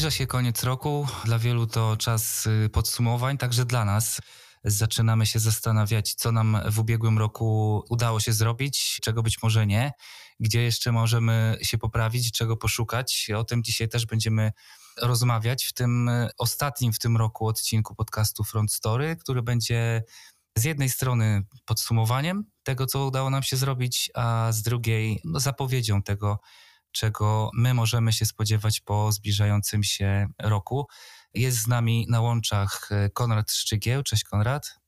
Zbliża się koniec roku, dla wielu to czas podsumowań, także dla nas. Zaczynamy się zastanawiać, co nam w ubiegłym roku udało się zrobić, czego być może nie, gdzie jeszcze możemy się poprawić, czego poszukać. O tym dzisiaj też będziemy rozmawiać w tym ostatnim w tym roku odcinku podcastu Front Story, który będzie z jednej strony podsumowaniem tego, co udało nam się zrobić, a z drugiej zapowiedzią tego, czego my możemy się spodziewać po zbliżającym się roku. Jest z nami na łączach Konrad Szczygieł. Cześć Konrad.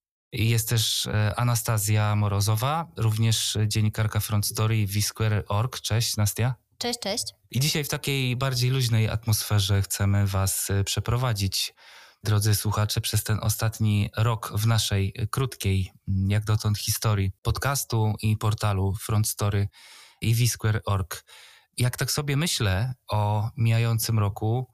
I jest też Anastazja Morozowa, również dziennikarka Front Story i VSquare.org. Cześć Nastia. Cześć, cześć. I dzisiaj w takiej bardziej luźnej atmosferze chcemy Was przeprowadzić, drodzy słuchacze, przez ten ostatni rok w naszej krótkiej, jak dotąd historii podcastu i portalu Front Story i VSquare.org. Jak tak sobie myślę o mijającym roku,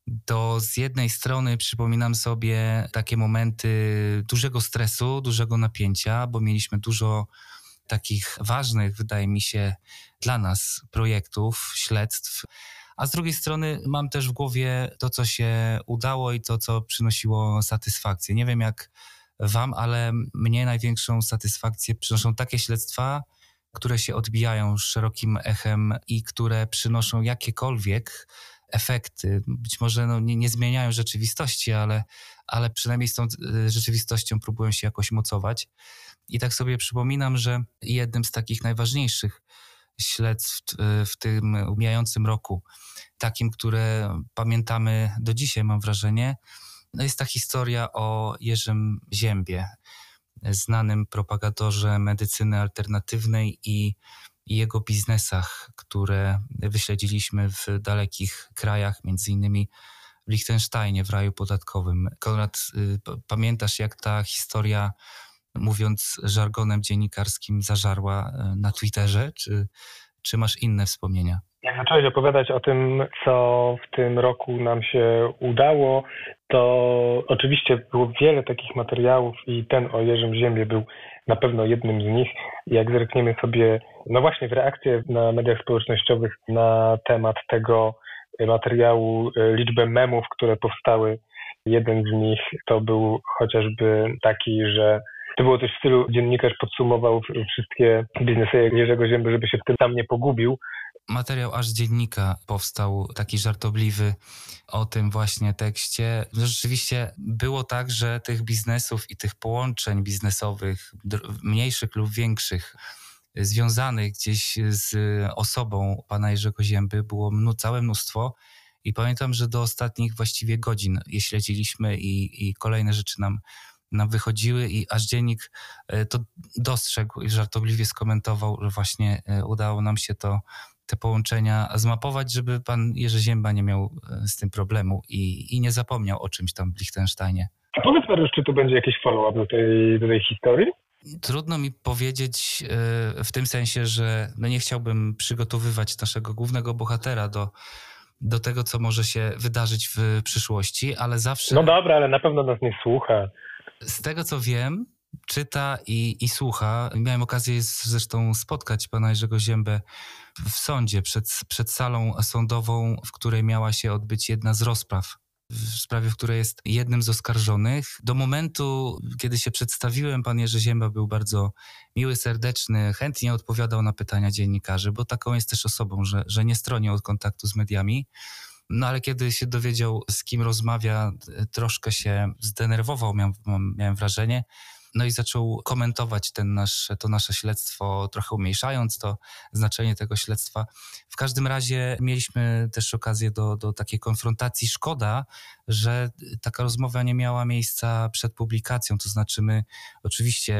to z jednej strony przypominam sobie takie momenty dużego stresu, dużego napięcia, bo mieliśmy dużo takich ważnych, wydaje mi się, dla nas projektów, śledztw, a z drugiej strony mam też w głowie to, co się udało i to, co przynosiło satysfakcję. Nie wiem jak wam, ale mnie największą satysfakcję przynoszą takie śledztwa, które się odbijają szerokim echem i które przynoszą jakiekolwiek efekty. Być może nie zmieniają rzeczywistości, ale przynajmniej z tą rzeczywistością próbują się jakoś mocować. I tak sobie przypominam, że jednym z takich najważniejszych śledztw w tym mijającym roku, takim, które pamiętamy do dzisiaj, mam wrażenie, jest ta historia o Jerzym Ziębie, znanym propagadorze medycyny alternatywnej i jego biznesach, które wyśledziliśmy w dalekich krajach, między innymi w Liechtensteinie, w raju podatkowym. Konrad, pamiętasz, jak ta historia, mówiąc żargonem dziennikarskim, zażarła na Twitterze? Czy masz inne wspomnienia? Jak zacząłeś opowiadać o tym, co w tym roku nam się udało, to oczywiście było wiele takich materiałów i ten o Jerzym Ziębie był na pewno jednym z nich. Jak zerkniemy sobie, no właśnie w reakcje na mediach społecznościowych na temat tego materiału, liczbę memów, które powstały, jeden z nich to był chociażby taki, że to było coś w stylu, dziennikarz podsumował wszystkie biznesy Jerzego Zięby, żeby się w tym sam nie pogubił. Materiał aż dziennika powstał, taki żartobliwy, o tym właśnie tekście. Rzeczywiście było tak, że tych biznesów i tych połączeń biznesowych, mniejszych lub większych, związanych gdzieś z osobą pana Jerzego Zięby było całe mnóstwo. I pamiętam, że do ostatnich właściwie godzin je śledziliśmy i kolejne rzeczy nam wychodziły i aż dziennik to dostrzegł i żartobliwie skomentował, że właśnie udało nam się te połączenia zmapować, żeby pan Jerzy Zięba nie miał z tym problemu i nie zapomniał o czymś tam w Liechtensteinie. A powiedz Mariusz, czy tu będzie jakiś follow-up do tej historii? Trudno mi powiedzieć w tym sensie, że nie chciałbym przygotowywać naszego głównego bohatera do tego, co może się wydarzyć w przyszłości, ale zawsze... No dobra, ale na pewno nas nie słucha. Z tego, co wiem, czyta i słucha. Miałem okazję zresztą spotkać pana Jerzego Ziębę w sądzie, przed salą sądową, w której miała się odbyć jedna z rozpraw, w sprawie, w której jest jednym z oskarżonych. Do momentu, kiedy się przedstawiłem, pan Jerzy Zięba był bardzo miły, serdeczny, chętnie odpowiadał na pytania dziennikarzy, bo taką jest też osobą, że nie stroni od kontaktu z mediami. No ale kiedy się dowiedział, z kim rozmawia, troszkę się zdenerwował, miałem wrażenie. No i zaczął komentować to nasze śledztwo, trochę umniejszając to znaczenie tego śledztwa. W każdym razie mieliśmy też okazję do takiej konfrontacji. Szkoda, że taka rozmowa nie miała miejsca przed publikacją. To znaczy my oczywiście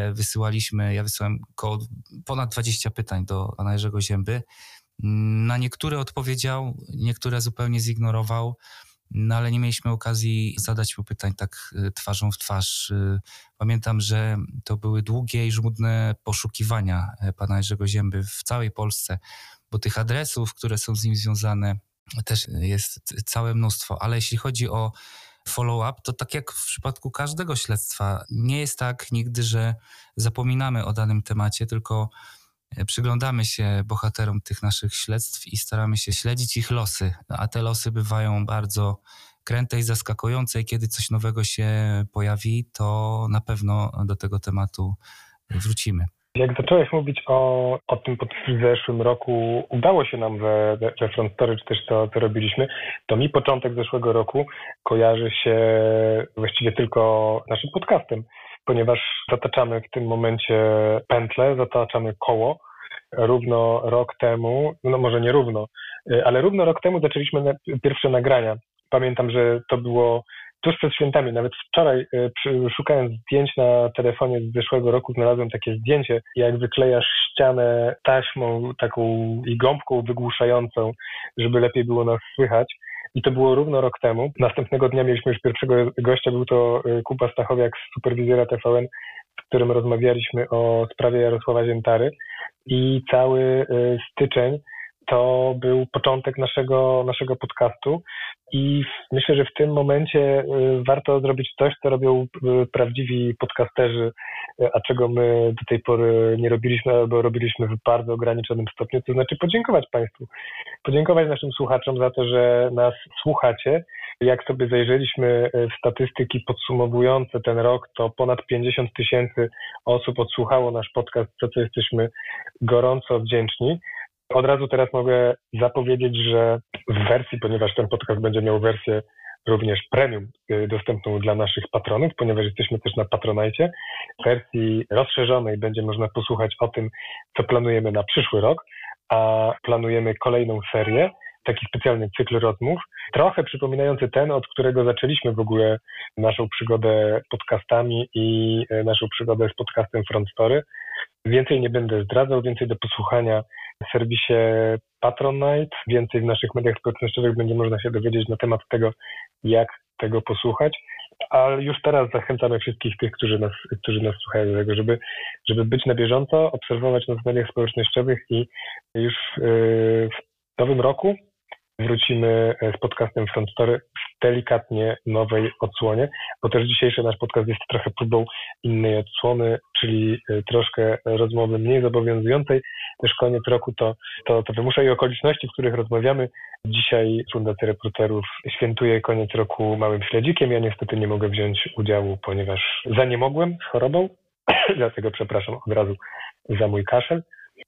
ja wysyłałem ponad 20 pytań do pana Jerzego Zięby. Na niektóre odpowiedział, niektóre zupełnie zignorował, no ale nie mieliśmy okazji zadać mu pytań tak twarzą w twarz. Pamiętam, że to były długie i żmudne poszukiwania pana Jerzego Zięby w całej Polsce, bo tych adresów, które są z nim związane, też jest całe mnóstwo. Ale jeśli chodzi o follow-up, to tak jak w przypadku każdego śledztwa, nie jest tak nigdy, że zapominamy o danym temacie, tylko przyglądamy się bohaterom tych naszych śledztw i staramy się śledzić ich losy, a te losy bywają bardzo kręte i zaskakujące i kiedy coś nowego się pojawi, to na pewno do tego tematu wrócimy. Jak zacząłeś mówić o tym w zeszłym roku, udało się nam we Front Story, czy też to, co robiliśmy, to mi początek zeszłego roku kojarzy się właściwie tylko naszym podcastem, ponieważ zataczamy w tym momencie pętlę, zataczamy koło. Równo rok temu, no może nie równo, ale równo rok temu zaczęliśmy pierwsze nagrania. Pamiętam, że to było tuż przed świętami, nawet wczoraj szukając zdjęć na telefonie z zeszłego roku znalazłem takie zdjęcie, jak wyklejasz ścianę taśmą taką i gąbką wygłuszającą, żeby lepiej było nas słychać. I to było równo rok temu. Następnego dnia mieliśmy już pierwszego gościa, był to Kuba Stachowiak z Superwizjera TVN, z którym rozmawialiśmy o sprawie Jarosława Ziętary i cały styczeń to był początek naszego podcastu i myślę, że w tym momencie warto zrobić coś, co robią prawdziwi podcasterzy, a czego my do tej pory nie robiliśmy, albo robiliśmy w bardzo ograniczonym stopniu, to znaczy podziękować Państwu, podziękować naszym słuchaczom za to, że nas słuchacie. Jak sobie zajrzeliśmy w statystyki podsumowujące ten rok, to ponad 50 000 osób odsłuchało nasz podcast, za co jesteśmy gorąco wdzięczni. Od razu teraz mogę zapowiedzieć, że w wersji, ponieważ ten podcast będzie miał wersję również premium dostępną dla naszych patronów, ponieważ jesteśmy też na Patronite, w wersji rozszerzonej będzie można posłuchać o tym, co planujemy na przyszły rok, a planujemy kolejną serię, taki specjalny cykl rozmów, trochę przypominający ten, od którego zaczęliśmy w ogóle naszą przygodę podcastami i naszą przygodę z podcastem Front Story. Więcej nie będę zdradzał, więcej do posłuchania w serwisie Patronite, więcej w naszych mediach społecznościowych będzie można się dowiedzieć na temat tego, jak tego posłuchać, ale już teraz zachęcamy wszystkich tych, którzy nas słuchają do tego, żeby być na bieżąco, obserwować nas w mediach społecznościowych i już w nowym roku wrócimy z podcastem Front Story w delikatnie nowej odsłonie, bo też dzisiejszy nasz podcast jest trochę próbą innej odsłony, czyli troszkę rozmowy mniej zobowiązującej. Też koniec roku to wymusza i okoliczności, w których rozmawiamy. Dzisiaj Fundacja Reporterów świętuje koniec roku małym śledzikiem. Ja niestety nie mogę wziąć udziału, ponieważ zaniemogłem z chorobą, dlatego przepraszam od razu za mój kaszel.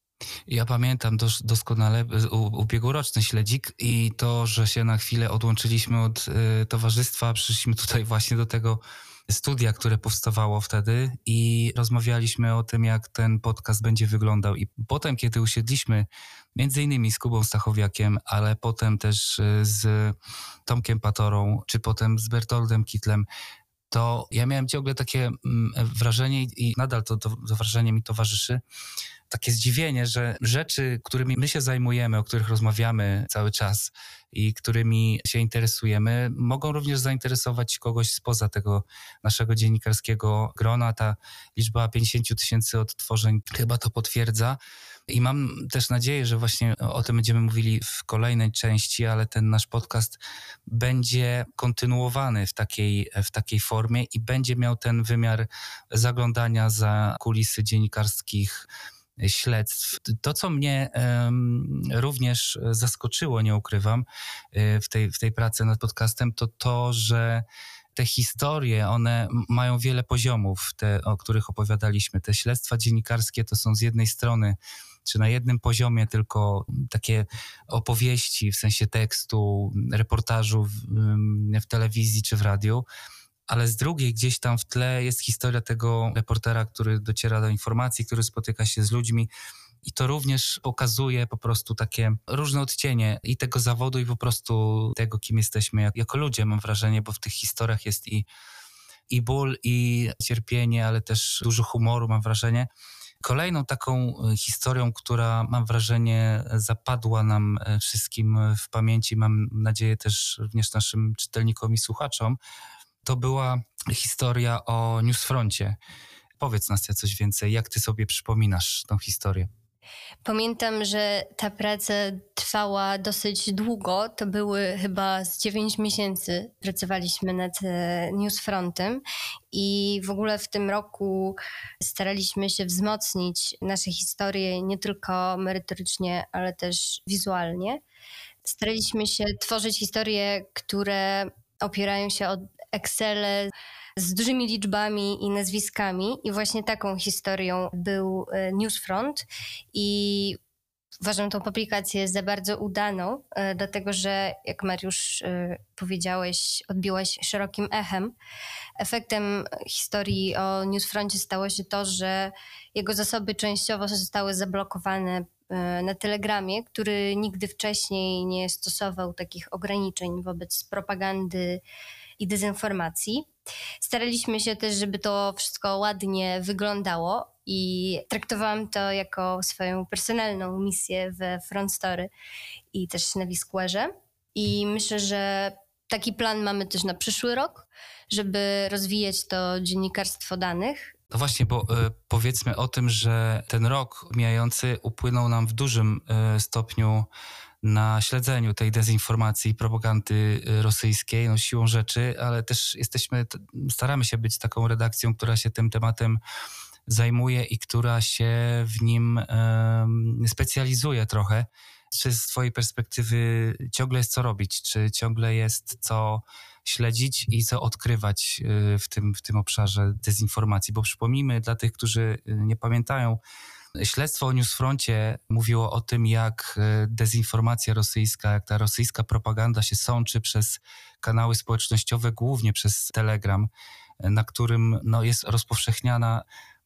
Ja pamiętam doskonale ubiegłoroczny śledzik i to, że się na chwilę odłączyliśmy od towarzystwa, przyszliśmy tutaj właśnie do tego studia, które powstawało wtedy i rozmawialiśmy o tym, jak ten podcast będzie wyglądał. I potem, kiedy usiedliśmy między innymi z Kubą Stachowiakiem, ale potem też z Tomkiem Patorą, czy potem z Bertoldem Kittlem, to ja miałem ciągle takie wrażenie i nadal to wrażenie mi towarzyszy, takie zdziwienie, że rzeczy, którymi my się zajmujemy, o których rozmawiamy cały czas i którymi się interesujemy, mogą również zainteresować kogoś spoza tego naszego dziennikarskiego grona. Ta liczba 50 000 odtworzeń chyba to potwierdza. I mam też nadzieję, że właśnie o tym będziemy mówili w kolejnej części, ale ten nasz podcast będzie kontynuowany w takiej formie i będzie miał ten wymiar zaglądania za kulisy dziennikarskich śledztw. To, co mnie również zaskoczyło, nie ukrywam, w tej pracy nad podcastem, to, że te historie, one mają wiele poziomów, te, o których opowiadaliśmy. Te śledztwa dziennikarskie to są z jednej strony, czy na jednym poziomie tylko takie opowieści w sensie tekstu, reportażu w telewizji czy w radiu, ale z drugiej gdzieś tam w tle jest historia tego reportera, który dociera do informacji, który spotyka się z ludźmi i to również pokazuje po prostu takie różne odcienie i tego zawodu i po prostu tego, kim jesteśmy jako ludzie, mam wrażenie, bo w tych historiach jest i ból, i cierpienie, ale też dużo humoru, mam wrażenie. Kolejną taką historią, która, mam wrażenie, zapadła nam wszystkim w pamięci, mam nadzieję też również naszym czytelnikom i słuchaczom, to była historia o Newsfroncie. Powiedz nas coś więcej, jak ty sobie przypominasz tą historię? Pamiętam, że ta praca trwała dosyć długo, to były chyba z 9 miesięcy pracowaliśmy nad Newsfrontem i w ogóle w tym roku staraliśmy się wzmocnić nasze historie nie tylko merytorycznie, ale też wizualnie. Staraliśmy się tworzyć historie, które opierają się o Excele z dużymi liczbami i nazwiskami i właśnie taką historią był Newsfront i uważam tą publikację za bardzo udaną, dlatego że, jak Mariusz powiedziałeś, odbiłaś szerokim echem. Efektem historii o Newsfroncie stało się to, że jego zasoby częściowo zostały zablokowane na Telegramie, który nigdy wcześniej nie stosował takich ograniczeń wobec propagandy i dezynformacji. Staraliśmy się też, żeby to wszystko ładnie wyglądało i traktowałam to jako swoją personalną misję we Front Story i też na Visquerze. I myślę, że taki plan mamy też na przyszły rok, żeby rozwijać to dziennikarstwo danych. No właśnie, bo powiedzmy o tym, że ten rok mijający upłynął nam w dużym stopniu na śledzeniu tej dezinformacji i propagandy rosyjskiej, no siłą rzeczy, ale też staramy się być taką redakcją, która się tym tematem zajmuje i która się w nim specjalizuje trochę. Czy z twojej perspektywy ciągle jest co robić? Czy ciągle jest co śledzić i co odkrywać w tym obszarze dezinformacji? Bo przypomnijmy dla tych, którzy nie pamiętają, śledztwo o Newsfroncie mówiło o tym, jak dezinformacja rosyjska, jak ta rosyjska propaganda się sączy przez kanały społecznościowe, głównie przez Telegram, na którym jest rozpowszechniana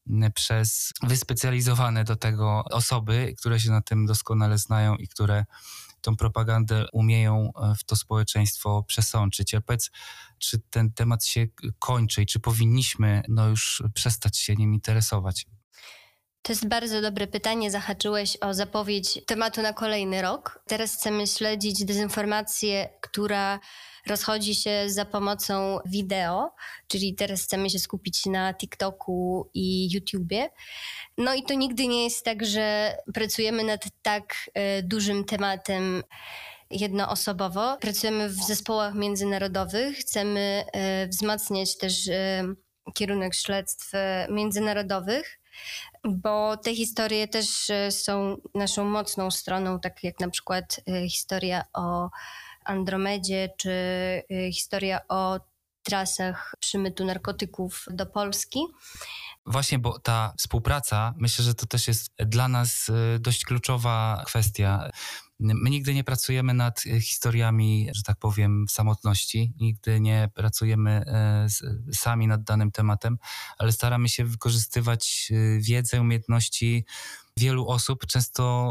przez wyspecjalizowane do tego osoby, które się na tym doskonale znają i które tą propagandę umieją w to społeczeństwo przesączyć. Ale powiedz, czy ten temat się kończy i czy powinniśmy już przestać się nim interesować? To jest bardzo dobre pytanie. Zahaczyłeś o zapowiedź tematu na kolejny rok. Teraz chcemy śledzić dezinformację, która rozchodzi się za pomocą wideo, czyli teraz chcemy się skupić na TikToku i YouTubie. No i to nigdy nie jest tak, że pracujemy nad tak dużym tematem jednoosobowo. Pracujemy w zespołach międzynarodowych. Chcemy wzmacniać też kierunek śledztw międzynarodowych, bo te historie też są naszą mocną stroną, tak jak na przykład historia o Andromedzie, czy historia o trasach przemytu narkotyków do Polski. Właśnie, bo ta współpraca, myślę, że to też jest dla nas dość kluczowa kwestia. My nigdy nie pracujemy nad historiami, że tak powiem, w samotności. Nigdy nie pracujemy sami nad danym tematem, ale staramy się wykorzystywać wiedzę, umiejętności wielu osób, często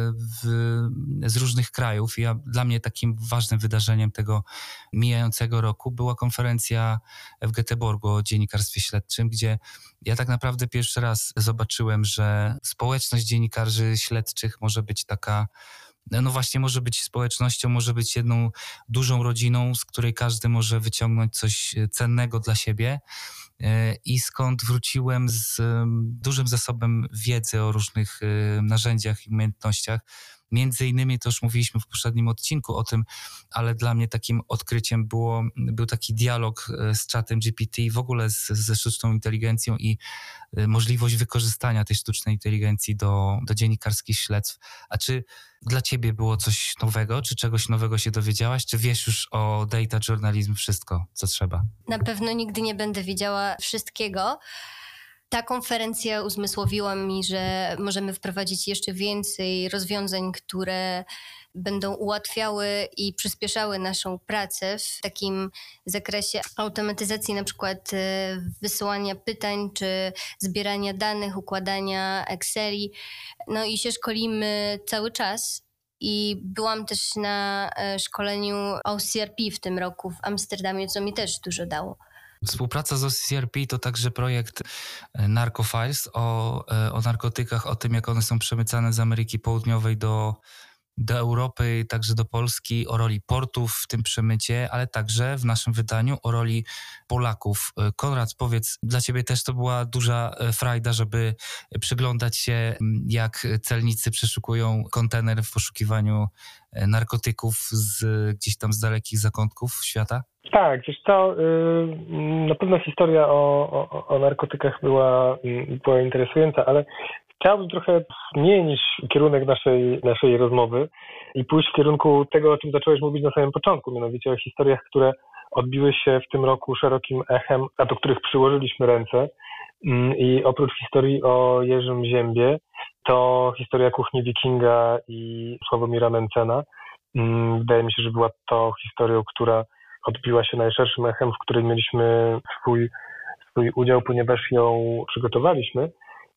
z różnych krajów. Dla mnie takim ważnym wydarzeniem tego mijającego roku była konferencja w Göteborgu o dziennikarstwie śledczym, gdzie ja tak naprawdę pierwszy raz zobaczyłem, że społeczność dziennikarzy śledczych może być taka, właśnie może być społecznością, może być jedną dużą rodziną, z której każdy może wyciągnąć coś cennego dla siebie i skąd wróciłem z dużym zasobem wiedzy o różnych narzędziach i umiejętnościach. Między innymi, to już mówiliśmy w poprzednim odcinku o tym, ale dla mnie takim odkryciem był taki dialog z czatem GPT, w ogóle ze sztuczną inteligencją i możliwość wykorzystania tej sztucznej inteligencji do dziennikarskich śledztw. A czy dla ciebie było coś nowego? Czy czegoś nowego się dowiedziałaś? Czy wiesz już o data journalism wszystko, co trzeba? Na pewno nigdy nie będę wiedziała wszystkiego. Ta konferencja uzmysłowiła mi, że możemy wprowadzić jeszcze więcej rozwiązań, które będą ułatwiały i przyspieszały naszą pracę w takim zakresie automatyzacji, na przykład wysyłania pytań, czy zbierania danych, układania Exceli. No i się szkolimy cały czas. I byłam też na szkoleniu OCRP w tym roku w Amsterdamie, co mi też dużo dało. Współpraca z OCRP to także projekt Narcofiles o narkotykach, o tym, jak one są przemycane z Ameryki Południowej do Europy, także do Polski, o roli portów w tym przemycie, ale także w naszym wydaniu o roli Polaków. Konrad, powiedz, dla ciebie też to była duża frajda, żeby przyglądać się, jak celnicy przeszukują kontener w poszukiwaniu narkotyków gdzieś tam z dalekich zakątków świata? Tak, wiesz co, na pewno historia o narkotykach była interesująca, ale chciałbym trochę zmienić kierunek naszej rozmowy i pójść w kierunku tego, o czym zacząłeś mówić na samym początku, mianowicie o historiach, które odbiły się w tym roku szerokim echem, a do których przyłożyliśmy ręce. I oprócz historii o Jerzym Ziębie, to historia kuchni Wikinga i Sławomira Mentzena. Wydaje mi się, że była to historią, która odbiła się najszerszym echem, w której mieliśmy swój udział, ponieważ ją przygotowaliśmy.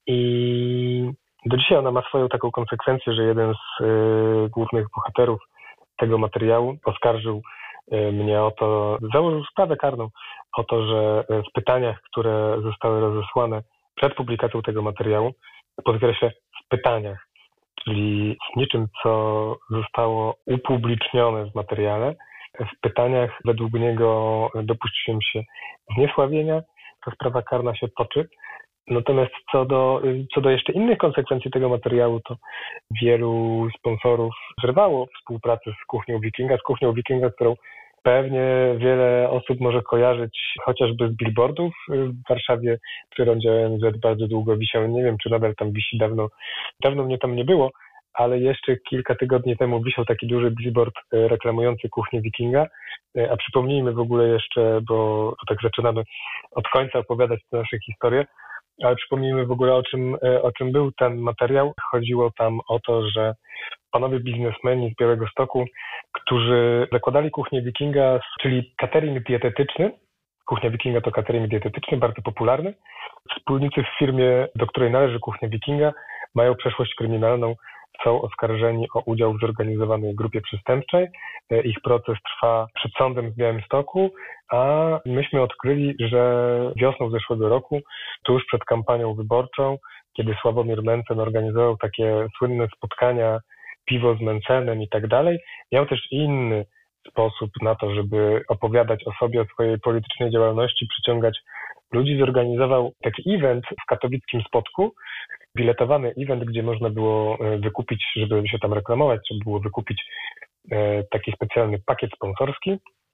I do dzisiaj ona ma swoją taką konsekwencję, że jeden z głównych bohaterów tego materiału oskarżył mnie o to, założył sprawę karną o to, że w pytaniach, które zostały rozesłane przed publikacją tego materiału, podkreślę w pytaniach, czyli w niczym, co zostało upublicznione w materiale, w pytaniach według niego dopuściłem się zniesławienia, ta sprawa karna się toczy. Natomiast co do jeszcze innych konsekwencji tego materiału, to wielu sponsorów zerwało współpracę z kuchnią Wikinga, którą pewnie wiele osób może kojarzyć chociażby z billboardów. W Warszawie przy rondzie ONZ bardzo długo wisiał, nie wiem czy nadal tam wisi, dawno mnie tam nie było, ale jeszcze kilka tygodni temu wisiał taki duży billboard reklamujący kuchnię Wikinga. A przypomnijmy w ogóle jeszcze, bo tak zaczynamy od końca opowiadać tę naszą historię, ale przypomnijmy w ogóle o czym był ten materiał. Chodziło tam o to, że panowie biznesmeni z Białegostoku, którzy zakładali kuchnię Wikinga, czyli catering dietetyczny. Kuchnia Wikinga to catering dietetyczny, bardzo popularny. Wspólnicy w firmie, do której należy kuchnia Wikinga, mają przeszłość kryminalną, są oskarżeni o udział w zorganizowanej grupie przestępczej. Ich proces trwa przed sądem w Białymstoku, a myśmy odkryli, że wiosną zeszłego roku, tuż przed kampanią wyborczą, kiedy Sławomir Mentzen organizował takie słynne spotkania, piwo z Mentzenem i tak dalej, miał też inny sposób na to, żeby opowiadać o sobie, o swojej politycznej działalności, przyciągać ludzi. Zorganizował taki event w katowickim Spodku, biletowany event, gdzie można było wykupić, żeby się tam reklamować, trzeba było wykupić taki specjalny pakiet sponsorski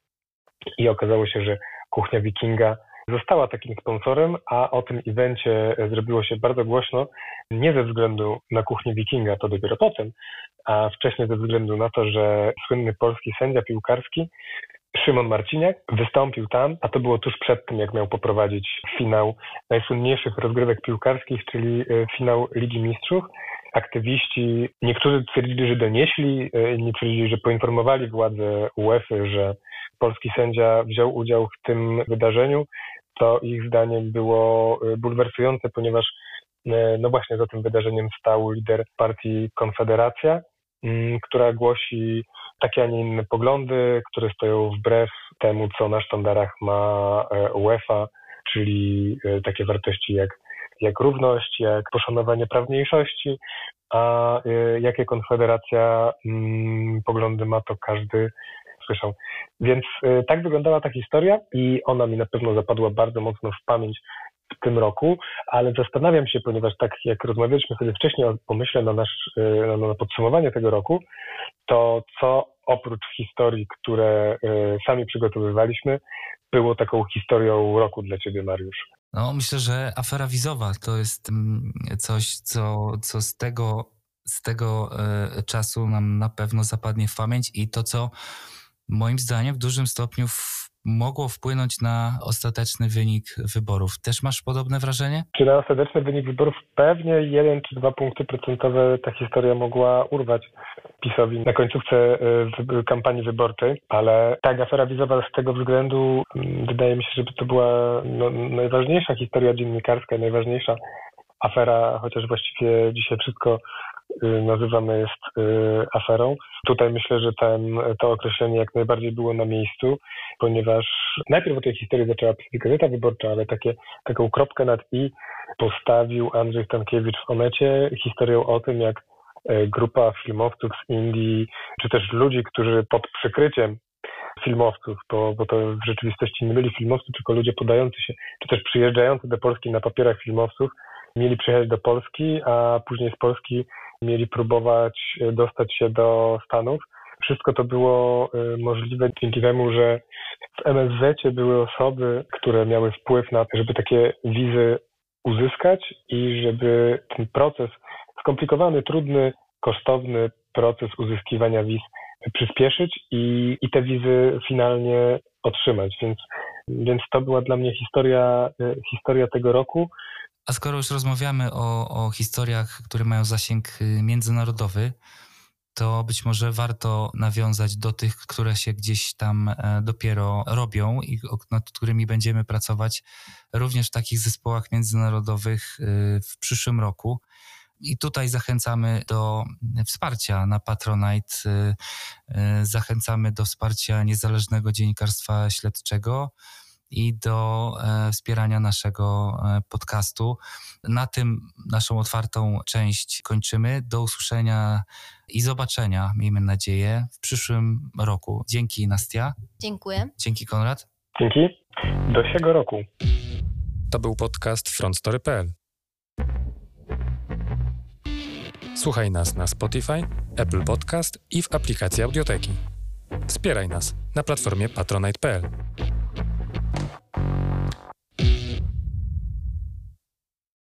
i okazało się, że kuchnia Wikinga została takim sponsorem, a o tym evencie zrobiło się bardzo głośno, nie ze względu na kuchnię Wikinga, to dopiero potem, a wcześniej ze względu na to, że słynny polski sędzia piłkarski Szymon Marciniak wystąpił tam, a to było tuż przed tym, jak miał poprowadzić finał najsłynniejszych rozgrywek piłkarskich, czyli finał Ligi Mistrzów. Aktywiści, niektórzy twierdzili, że donieśli, inni twierdzili, że poinformowali władze UEFA, że polski sędzia wziął udział w tym wydarzeniu. To ich zdaniem było bulwersujące, ponieważ no właśnie za tym wydarzeniem stał lider partii Konfederacja, która głosi takie, a nie inne poglądy, które stoją wbrew temu, co na sztandarach ma UEFA, czyli takie wartości jak równość, jak poszanowanie praw mniejszości, a jakie Konfederacja poglądy ma, to każdy słyszał. Więc tak wyglądała ta historia i ona mi na pewno zapadła bardzo mocno w pamięć w tym roku, ale zastanawiam się, ponieważ tak jak rozmawialiśmy sobie wcześniej o pomyśle na podsumowanie tego roku, to co oprócz historii, które sami przygotowywaliśmy, było taką historią roku dla Ciebie, Mariusz? No, myślę, że afera wizowa to jest coś, co z tego czasu nam na pewno zapadnie w pamięć i to, co moim zdaniem w dużym stopniu mogło wpłynąć na ostateczny wynik wyborów. Też masz podobne wrażenie? Czy na ostateczny wynik wyborów pewnie 1 czy 2 punkty procentowe ta historia mogła urwać PiS-owi na końcówce kampanii wyborczej, ale tak, afera wizowa z tego względu wydaje mi się, że to była najważniejsza historia dziennikarska, najważniejsza afera, chociaż właściwie dzisiaj wszystko nazywane jest aferą. Tutaj myślę, że to określenie jak najbardziej było na miejscu, ponieważ najpierw o tej historii zaczęła pisać Gazeta Wyborcza, ale taką kropkę nad i postawił Andrzej Stankiewicz w Onecie historią o tym, jak grupa filmowców z Indii, czy też ludzi, którzy pod przykryciem filmowców, bo to w rzeczywistości nie byli filmowcy, tylko ludzie podający się, czy też przyjeżdżający do Polski na papierach filmowców, mieli przyjechać do Polski, a później z Polski mieli próbować dostać się do Stanów. Wszystko to było możliwe dzięki temu, że w MSZ-cie były osoby, które miały wpływ na to, żeby takie wizy uzyskać i żeby ten proces, skomplikowany, trudny, kosztowny proces uzyskiwania wiz przyspieszyć i te wizy finalnie otrzymać. Więc to była dla mnie historia tego roku. A skoro już rozmawiamy o historiach, które mają zasięg międzynarodowy, to być może warto nawiązać do tych, które się gdzieś tam dopiero robią i nad którymi będziemy pracować również w takich zespołach międzynarodowych w przyszłym roku. I tutaj zachęcamy do wsparcia na Patronite, zachęcamy do wsparcia niezależnego dziennikarstwa śledczego i do wspierania naszego podcastu. Na tym naszą otwartą część kończymy. Do usłyszenia i zobaczenia, miejmy nadzieję, w przyszłym roku. Dzięki, Nastia. Dziękuję. Dzięki, Konrad. Dzięki. Do siego roku. To był podcast frontstory.pl. Słuchaj nas na Spotify, Apple Podcast i w aplikacji Audioteki. Wspieraj nas na platformie patronite.pl.